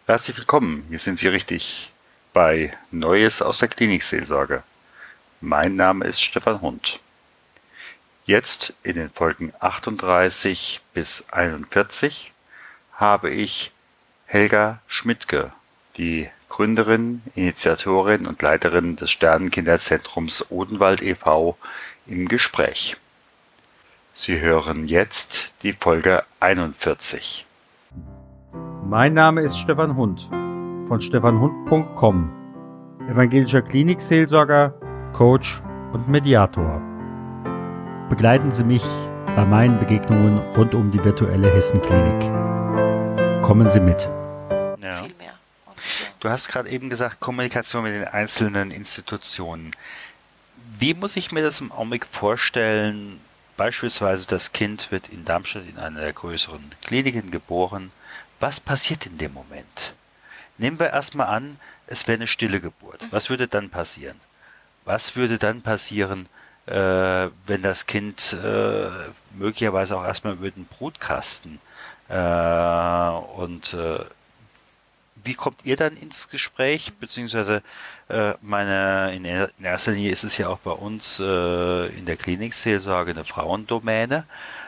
Herzlich willkommen, hier sind Sie richtig bei Neues aus der Klinikseelsorge. Mein Name ist Stefan Hund. Jetzt in den Folgen 38 bis 41 habe ich Helga Schmidtke, die Gründerin, Initiatorin und Leiterin des Sternenkinderzentrums Odenwald e.V. im Gespräch. Sie hören jetzt die Folge 41. Mein Name ist Stefan Hund von stefanhund.com, evangelischer Klinikseelsorger, Coach und Mediator. Begleiten Sie mich bei meinen Begegnungen rund um die virtuelle Hessen-Klinik. Kommen Sie mit. Ja. Viel mehr. Und Du hast gerade eben gesagt, Kommunikation mit den einzelnen Institutionen. Wie muss ich mir das im Augenblick vorstellen? Beispielsweise das Kind wird in Darmstadt in einer der größeren Kliniken geboren. Was passiert in dem Moment? Nehmen wir erstmal an, es wäre eine stille Geburt. Was würde dann passieren? Was würde dann passieren, wenn das Kind möglicherweise auch erstmal über den Brutkasten wie kommt ihr dann ins Gespräch? Beziehungsweise in erster Linie ist es ja auch bei uns in der Klinikseelsorge eine Frauendomäne.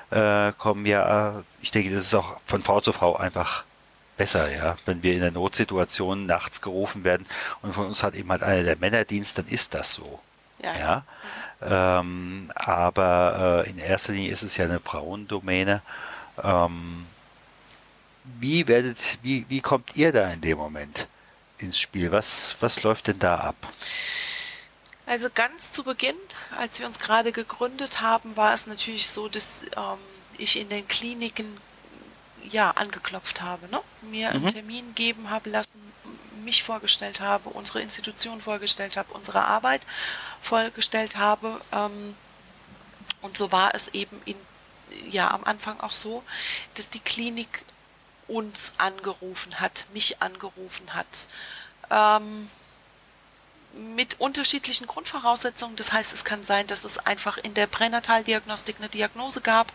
Ich denke, das ist auch von Frau zu Frau einfach besser, ja. Wenn wir in der Notsituation nachts gerufen werden und von uns hat eben halt einer der Männerdienst, dann ist das so. ja. Aber in erster Linie ist es ja eine Frauendomäne. Wie kommt ihr da in dem Moment ins Spiel? Was läuft denn da ab? Also ganz zu Beginn, als wir uns gerade gegründet haben, war es natürlich so, dass ich in den Kliniken angeklopft habe, ne? Mir einen Termin geben habe lassen, mich vorgestellt habe, unsere Institution vorgestellt habe, unsere Arbeit vorgestellt habe. Und so war es eben am Anfang auch so, dass die Klinik uns angerufen hat, mich angerufen hat, mit unterschiedlichen Grundvoraussetzungen. Das heißt, es kann sein, dass es einfach in der Pränataldiagnostik eine Diagnose gab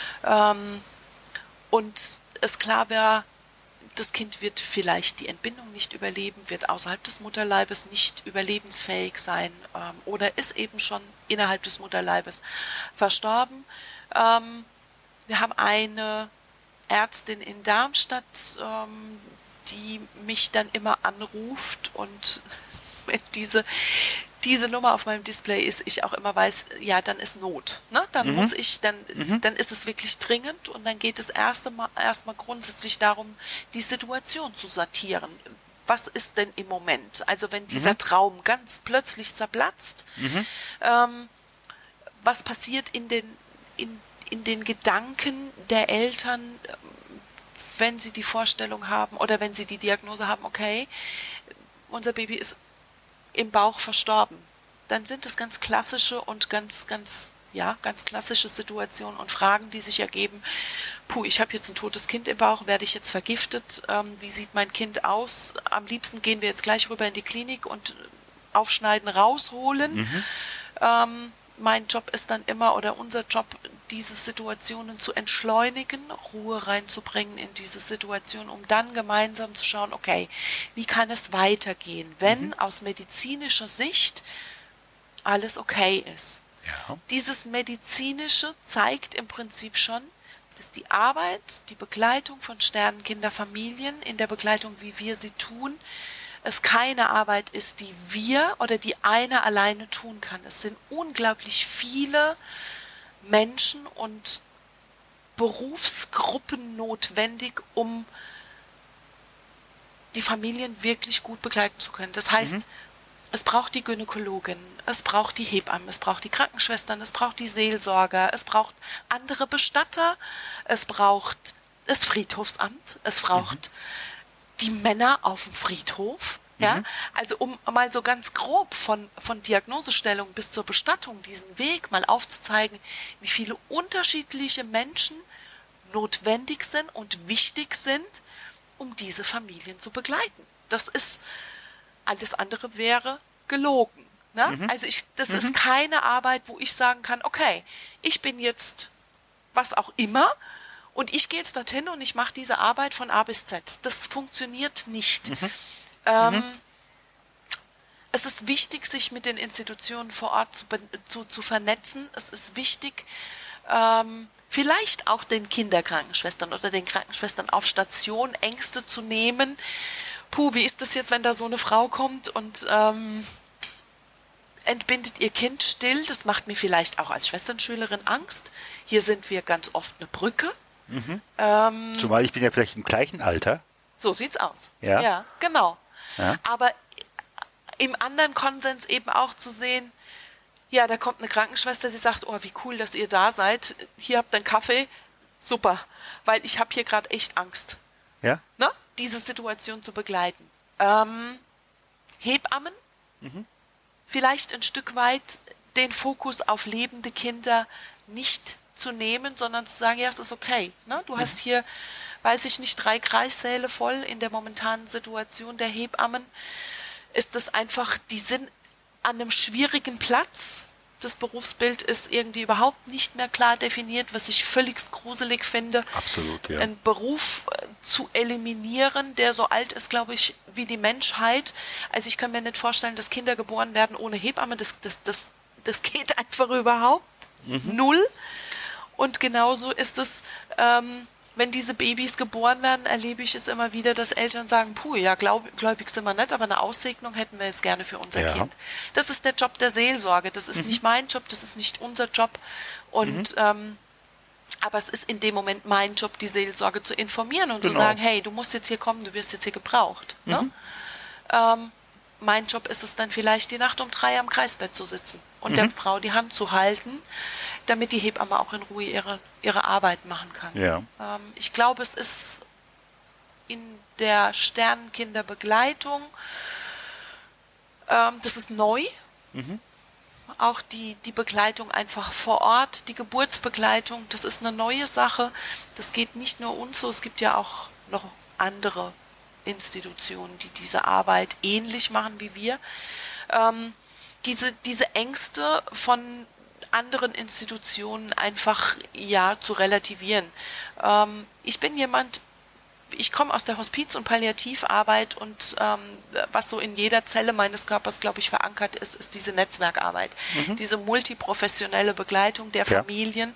und es klar war, das Kind wird vielleicht die Entbindung nicht überleben, wird außerhalb des Mutterleibes nicht überlebensfähig sein oder ist eben schon innerhalb des Mutterleibes verstorben. Wir haben eine Ärztin in Darmstadt, die mich dann immer anruft und wenn diese Nummer auf meinem Display ist, ich auch immer weiß, ja, dann ist Not. Ne? Dann dann ist es wirklich dringend und dann geht es erstmal grundsätzlich darum, die Situation zu sortieren. Was ist denn im Moment? Also wenn dieser Traum ganz plötzlich zerplatzt, was passiert in den Gedanken der Eltern, wenn sie die Vorstellung haben oder wenn sie die Diagnose haben, okay, unser Baby ist im Bauch verstorben, dann sind es ganz klassische und ganz klassische Situationen und Fragen, die sich ergeben. Ich habe jetzt ein totes Kind im Bauch, werde ich jetzt vergiftet? Wie sieht mein Kind aus? Am liebsten gehen wir jetzt gleich rüber in die Klinik und aufschneiden, rausholen. Mein Job ist dann immer, oder unser Job, diese Situationen zu entschleunigen, Ruhe reinzubringen in diese Situation, um dann gemeinsam zu schauen, okay, wie kann es weitergehen, wenn aus medizinischer Sicht alles okay ist. Ja. Dieses Medizinische zeigt im Prinzip schon, dass die Arbeit, die Begleitung von Sternenkinderfamilien, in der Begleitung, wie wir sie tun, es keine Arbeit ist, die wir oder die einer alleine tun kann. Es sind unglaublich viele Menschen und Berufsgruppen notwendig, um die Familien wirklich gut begleiten zu können. Das heißt, es braucht die Gynäkologin, es braucht die Hebammen, es braucht die Krankenschwestern, es braucht die Seelsorger, es braucht andere Bestatter, es braucht das Friedhofsamt, es braucht die Männer auf dem Friedhof. Ja, also um mal so ganz grob von Diagnosestellung bis zur Bestattung diesen Weg mal aufzuzeigen, wie viele unterschiedliche Menschen notwendig sind und wichtig sind, um diese Familien zu begleiten. Alles andere wäre gelogen. Ne? Also das ist keine Arbeit, wo ich sagen kann, okay, ich bin jetzt was auch immer Und ich gehe jetzt dorthin und ich mache diese Arbeit von A bis Z. Das funktioniert nicht. Es ist wichtig, sich mit den Institutionen vor Ort zu vernetzen. Es ist wichtig, vielleicht auch den Kinderkrankenschwestern oder den Krankenschwestern auf Station Ängste zu nehmen. Puh, wie ist das jetzt, wenn da so eine Frau kommt und entbindet ihr Kind still? Das macht mir vielleicht auch als Schwesternschülerin Angst. Hier sind wir ganz oft eine Brücke. Zumal ich bin ja vielleicht im gleichen Alter. So sieht's aus. Ja. Ja, genau. Ja. Aber im anderen Konsens eben auch zu sehen, ja, da kommt eine Krankenschwester, sie sagt, oh, wie cool, dass ihr da seid. Hier habt ihr einen Kaffee. Super, weil ich habe hier gerade echt Angst, Ja? ne? Diese Situation zu begleiten. Hebammen, vielleicht ein Stück weit den Fokus auf lebende Kinder nicht zu nehmen, sondern zu sagen, ja, es ist okay. Ne? Du hast hier, weiß ich nicht, 3 Kreissäle voll in der momentanen Situation der Hebammen. Ist es einfach, die sind an einem schwierigen Platz. Das Berufsbild ist irgendwie überhaupt nicht mehr klar definiert, was ich völlig gruselig finde. Absolut, ja. Einen Beruf zu eliminieren, der so alt ist, glaube ich, wie die Menschheit. Also ich kann mir nicht vorstellen, dass Kinder geboren werden ohne Hebamme. Das geht einfach überhaupt null. Und genauso ist es, wenn diese Babys geboren werden, erlebe ich es immer wieder, dass Eltern sagen, puh, ja, gläubig sind wir nicht, aber eine Aussegnung hätten wir jetzt gerne für unser Kind. Das ist der Job der Seelsorge, das ist nicht mein Job, das ist nicht unser Job. Und aber es ist in dem Moment mein Job, die Seelsorge zu informieren und zu sagen, hey, du musst jetzt hier kommen, du wirst jetzt hier gebraucht. Ne? Mein Job ist es dann vielleicht, die Nacht um 3 am Kreisbett zu sitzen und der Frau die Hand zu halten, damit die Hebamme auch in Ruhe ihre Arbeit machen kann. Ja. Ich glaube, es ist in der Sternenkinderbegleitung, das ist neu, auch die Begleitung einfach vor Ort, die Geburtsbegleitung, das ist eine neue Sache. Das geht nicht nur uns so, es gibt ja auch noch andere Institutionen, die diese Arbeit ähnlich machen wie wir. Diese Ängste von anderen Institutionen einfach zu relativieren. Ich bin jemand, ich komme aus der Hospiz- und Palliativarbeit und was so in jeder Zelle meines Körpers, glaube ich, verankert ist, ist diese Netzwerkarbeit, diese multiprofessionelle Begleitung der Familien,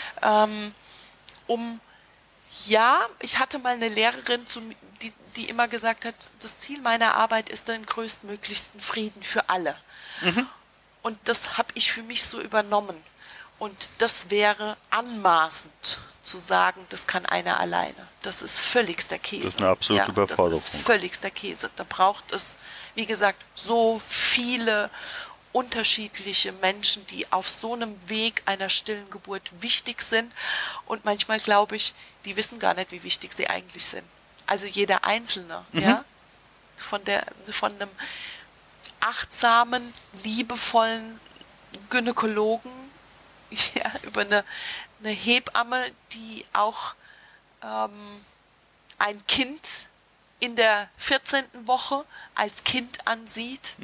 ich hatte mal eine Lehrerin, die immer gesagt hat, das Ziel meiner Arbeit ist den größtmöglichsten Frieden für alle. Und das habe ich für mich so übernommen. Und das wäre anmaßend zu sagen, das kann einer alleine. Das ist völligster Käse. Das ist eine absolute Überforderung. Das ist völligster Käse. Da braucht es, wie gesagt, so viele unterschiedliche Menschen, die auf so einem Weg einer stillen Geburt wichtig sind. Und manchmal glaube ich, die wissen gar nicht, wie wichtig sie eigentlich sind. Also jeder Einzelne, von einem achtsamen, liebevollen Gynäkologen, über eine Hebamme, die auch ein Kind in der 14. Woche als Kind ansieht,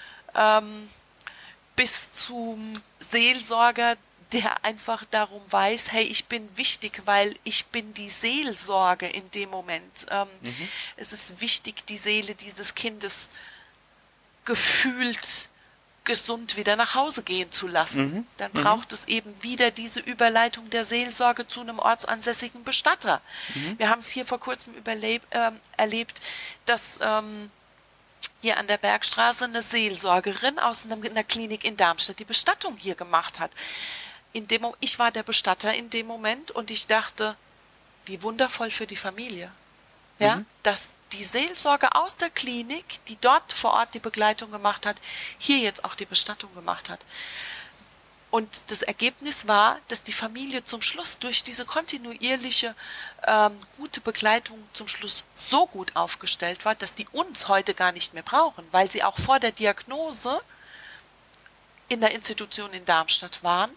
bis zum Seelsorger, der einfach darum weiß, hey, ich bin wichtig, weil ich bin die Seelsorge in dem Moment. Es ist wichtig, die Seele dieses Kindes gefühlt gesund wieder nach Hause gehen zu lassen. Dann braucht es eben wieder diese Überleitung der Seelsorge zu einem ortsansässigen Bestatter. Wir haben es hier vor kurzem erlebt, dass hier an der Bergstraße eine Seelsorgerin aus einer Klinik in Darmstadt die Bestattung hier gemacht hat. Ich war der Bestatter in dem Moment und ich dachte, wie wundervoll für die Familie, dass die Seelsorge aus der Klinik, die dort vor Ort die Begleitung gemacht hat, hier jetzt auch die Bestattung gemacht hat. Und das Ergebnis war, dass die Familie zum Schluss durch diese kontinuierliche gute Begleitung zum Schluss so gut aufgestellt war, dass die uns heute gar nicht mehr brauchen, weil sie auch vor der Diagnose in der Institution in Darmstadt waren,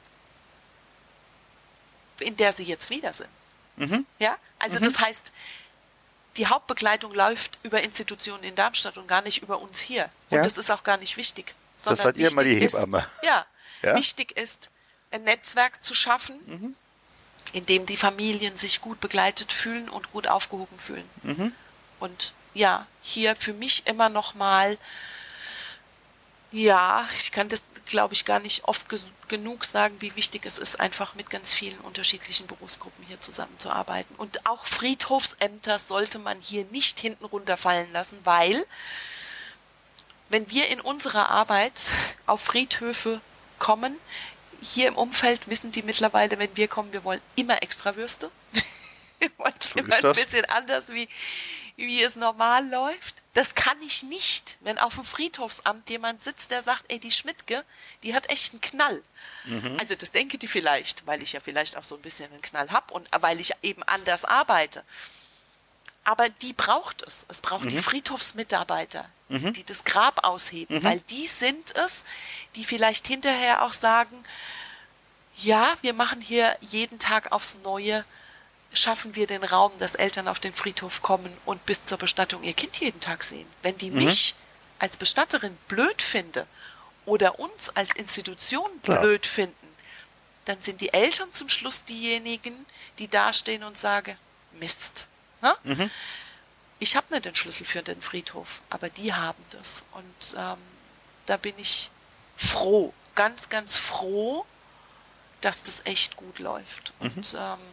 in der sie jetzt wieder sind. Ja? Also das heißt, die Hauptbegleitung läuft über Institutionen in Darmstadt und gar nicht über uns hier. Und das ist auch gar nicht wichtig. Das seid ihr mal die Hebamme. Wichtig ist, ein Netzwerk zu schaffen, in dem die Familien sich gut begleitet fühlen und gut aufgehoben fühlen. Und ja, hier für mich immer noch mal, ja, ich kann das, glaube ich, gar nicht oft genug sagen, wie wichtig es ist, einfach mit ganz vielen unterschiedlichen Berufsgruppen hier zusammenzuarbeiten. Und auch Friedhofsämter sollte man hier nicht hinten runterfallen lassen, weil wenn wir in unserer Arbeit auf Friedhöfe kommen, hier im Umfeld wissen die mittlerweile, wenn wir kommen, wir wollen immer Extrawürste. Wir wollen es So immer ist ein das. bisschen anders, wie es normal läuft. Das kann ich nicht, wenn auf dem Friedhofsamt jemand sitzt, der sagt, ey, die Schmidtke, die hat echt einen Knall. Also das denke die vielleicht, weil ich ja vielleicht auch so ein bisschen einen Knall habe und weil ich eben anders arbeite. Aber die braucht es. Es braucht die Friedhofsmitarbeiter, die das Grab ausheben, weil die sind es, die vielleicht hinterher auch sagen, ja, wir machen hier jeden Tag aufs Neue, schaffen wir den Raum, dass Eltern auf den Friedhof kommen und bis zur Bestattung ihr Kind jeden Tag sehen. Wenn die mich als Bestatterin blöd finde oder uns als Institution Klar. blöd finden, dann sind die Eltern zum Schluss diejenigen, die dastehen und sagen, Mist. Ne? Ich habe nicht den Schlüssel für den Friedhof, aber die haben das. Und da bin ich froh, ganz, ganz froh, dass das echt gut läuft. Und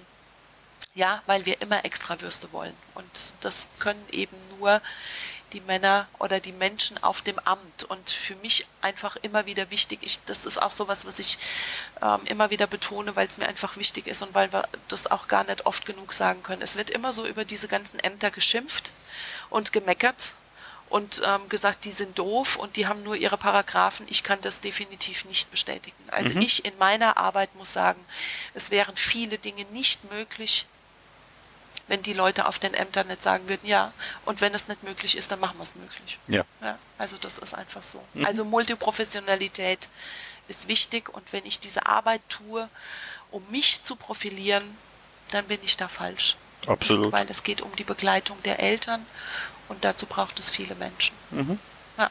ja, weil wir immer Extrawürste wollen. Und das können eben nur die Männer oder die Menschen auf dem Amt. Und für mich einfach immer wieder wichtig, das ist auch sowas, was ich immer wieder betone, weil es mir einfach wichtig ist und weil wir das auch gar nicht oft genug sagen können. Es wird immer so über diese ganzen Ämter geschimpft und gemeckert und gesagt, die sind doof und die haben nur ihre Paragraphen. Ich kann das definitiv nicht bestätigen. Also ich in meiner Arbeit muss sagen, es wären viele Dinge nicht möglich, wenn die Leute auf den Ämtern nicht sagen würden, ja, und wenn es nicht möglich ist, dann machen wir es möglich. Ja. Ja, also das ist einfach so. Also Multiprofessionalität ist wichtig und wenn ich diese Arbeit tue, um mich zu profilieren, dann bin ich da falsch. Absolut. Weil es geht um die Begleitung der Eltern und dazu braucht es viele Menschen. Ja.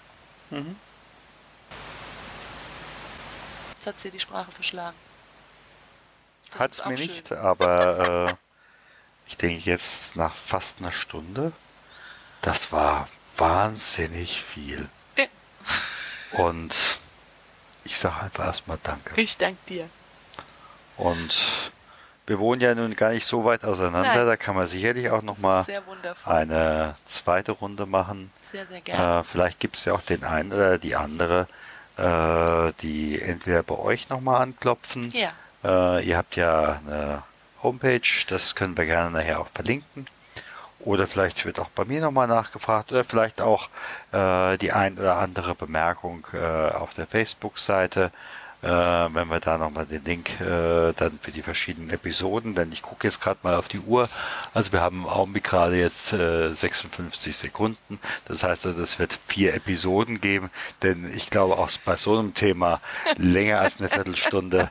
Jetzt hat sie die Sprache verschlagen. Das Hat's ist auch mir schön. nicht, aber ich denke jetzt nach fast einer Stunde, das war wahnsinnig viel. Ja. Und ich sage einfach erstmal Danke. Ich danke dir. Und wir wohnen ja nun gar nicht so weit auseinander, Nein. da kann man sicherlich auch Das nochmal ist sehr wundervoll. eine zweite Runde machen. Sehr, sehr gerne. Vielleicht gibt es ja auch den einen oder die andere, die entweder bei euch nochmal anklopfen. Ja. Ihr habt ja eine Homepage, das können wir gerne nachher auch verlinken. Oder vielleicht wird auch bei mir nochmal nachgefragt oder vielleicht auch die ein oder andere Bemerkung auf der Facebook-Seite, wenn wir da nochmal den Link dann für die verschiedenen Episoden, denn ich gucke jetzt gerade mal auf die Uhr, also wir haben im Augenblick gerade jetzt 56 Sekunden, das heißt also, es wird 4 Episoden geben, denn ich glaube auch bei so einem Thema länger als eine Viertelstunde,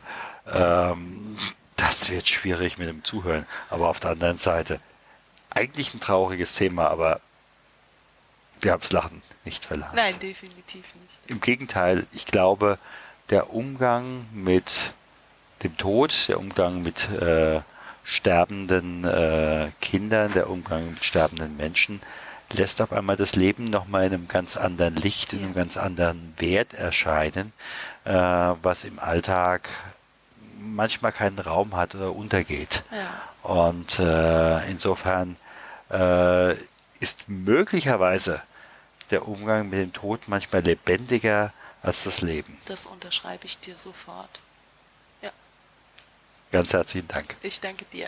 das wird schwierig mit dem Zuhören, aber auf der anderen Seite eigentlich ein trauriges Thema, aber wir haben das Lachen nicht verlernt. Nein, definitiv nicht. Im Gegenteil, ich glaube, der Umgang mit dem Tod, der Umgang mit sterbenden Kindern, der Umgang mit sterbenden Menschen lässt auf einmal das Leben nochmal in einem ganz anderen Licht, in einem ganz anderen Wert erscheinen, was im Alltag manchmal keinen Raum hat oder untergeht. Ja. Und insofern ist möglicherweise der Umgang mit dem Tod manchmal lebendiger als das Leben. Das unterschreibe ich dir sofort. Ja, Ganz herzlichen Dank. ich danke dir.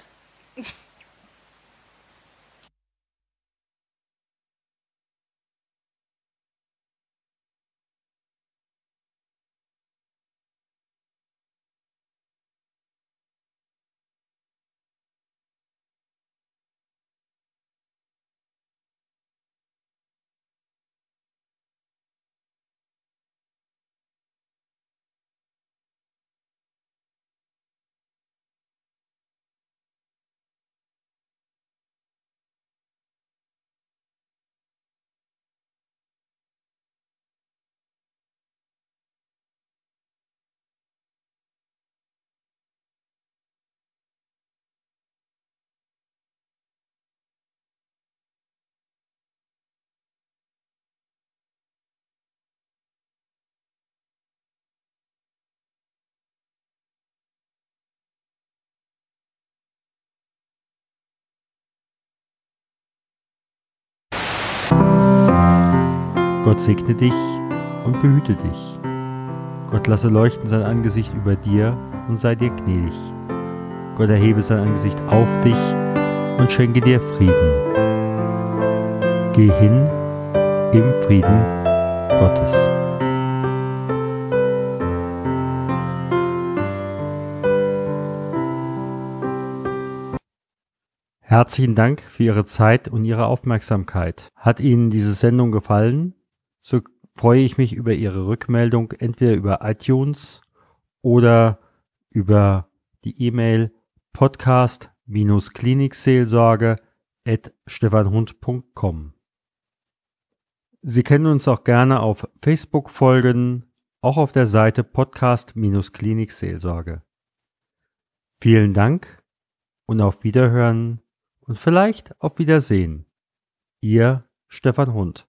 Gott segne dich und behüte dich. Gott lasse leuchten sein Angesicht über dir und sei dir gnädig. Gott erhebe sein Angesicht auf dich und schenke dir Frieden. Geh hin im Frieden Gottes. Herzlichen Dank für Ihre Zeit und Ihre Aufmerksamkeit. Hat Ihnen diese Sendung gefallen? So freue ich mich über Ihre Rückmeldung, entweder über iTunes oder über die E-Mail podcast-klinikseelsorge@stefanhund.com. Sie können uns auch gerne auf Facebook folgen, auch auf der Seite Podcast-Klinikseelsorge. Vielen Dank und auf Wiederhören und vielleicht auf Wiedersehen. Ihr Stefan Hund.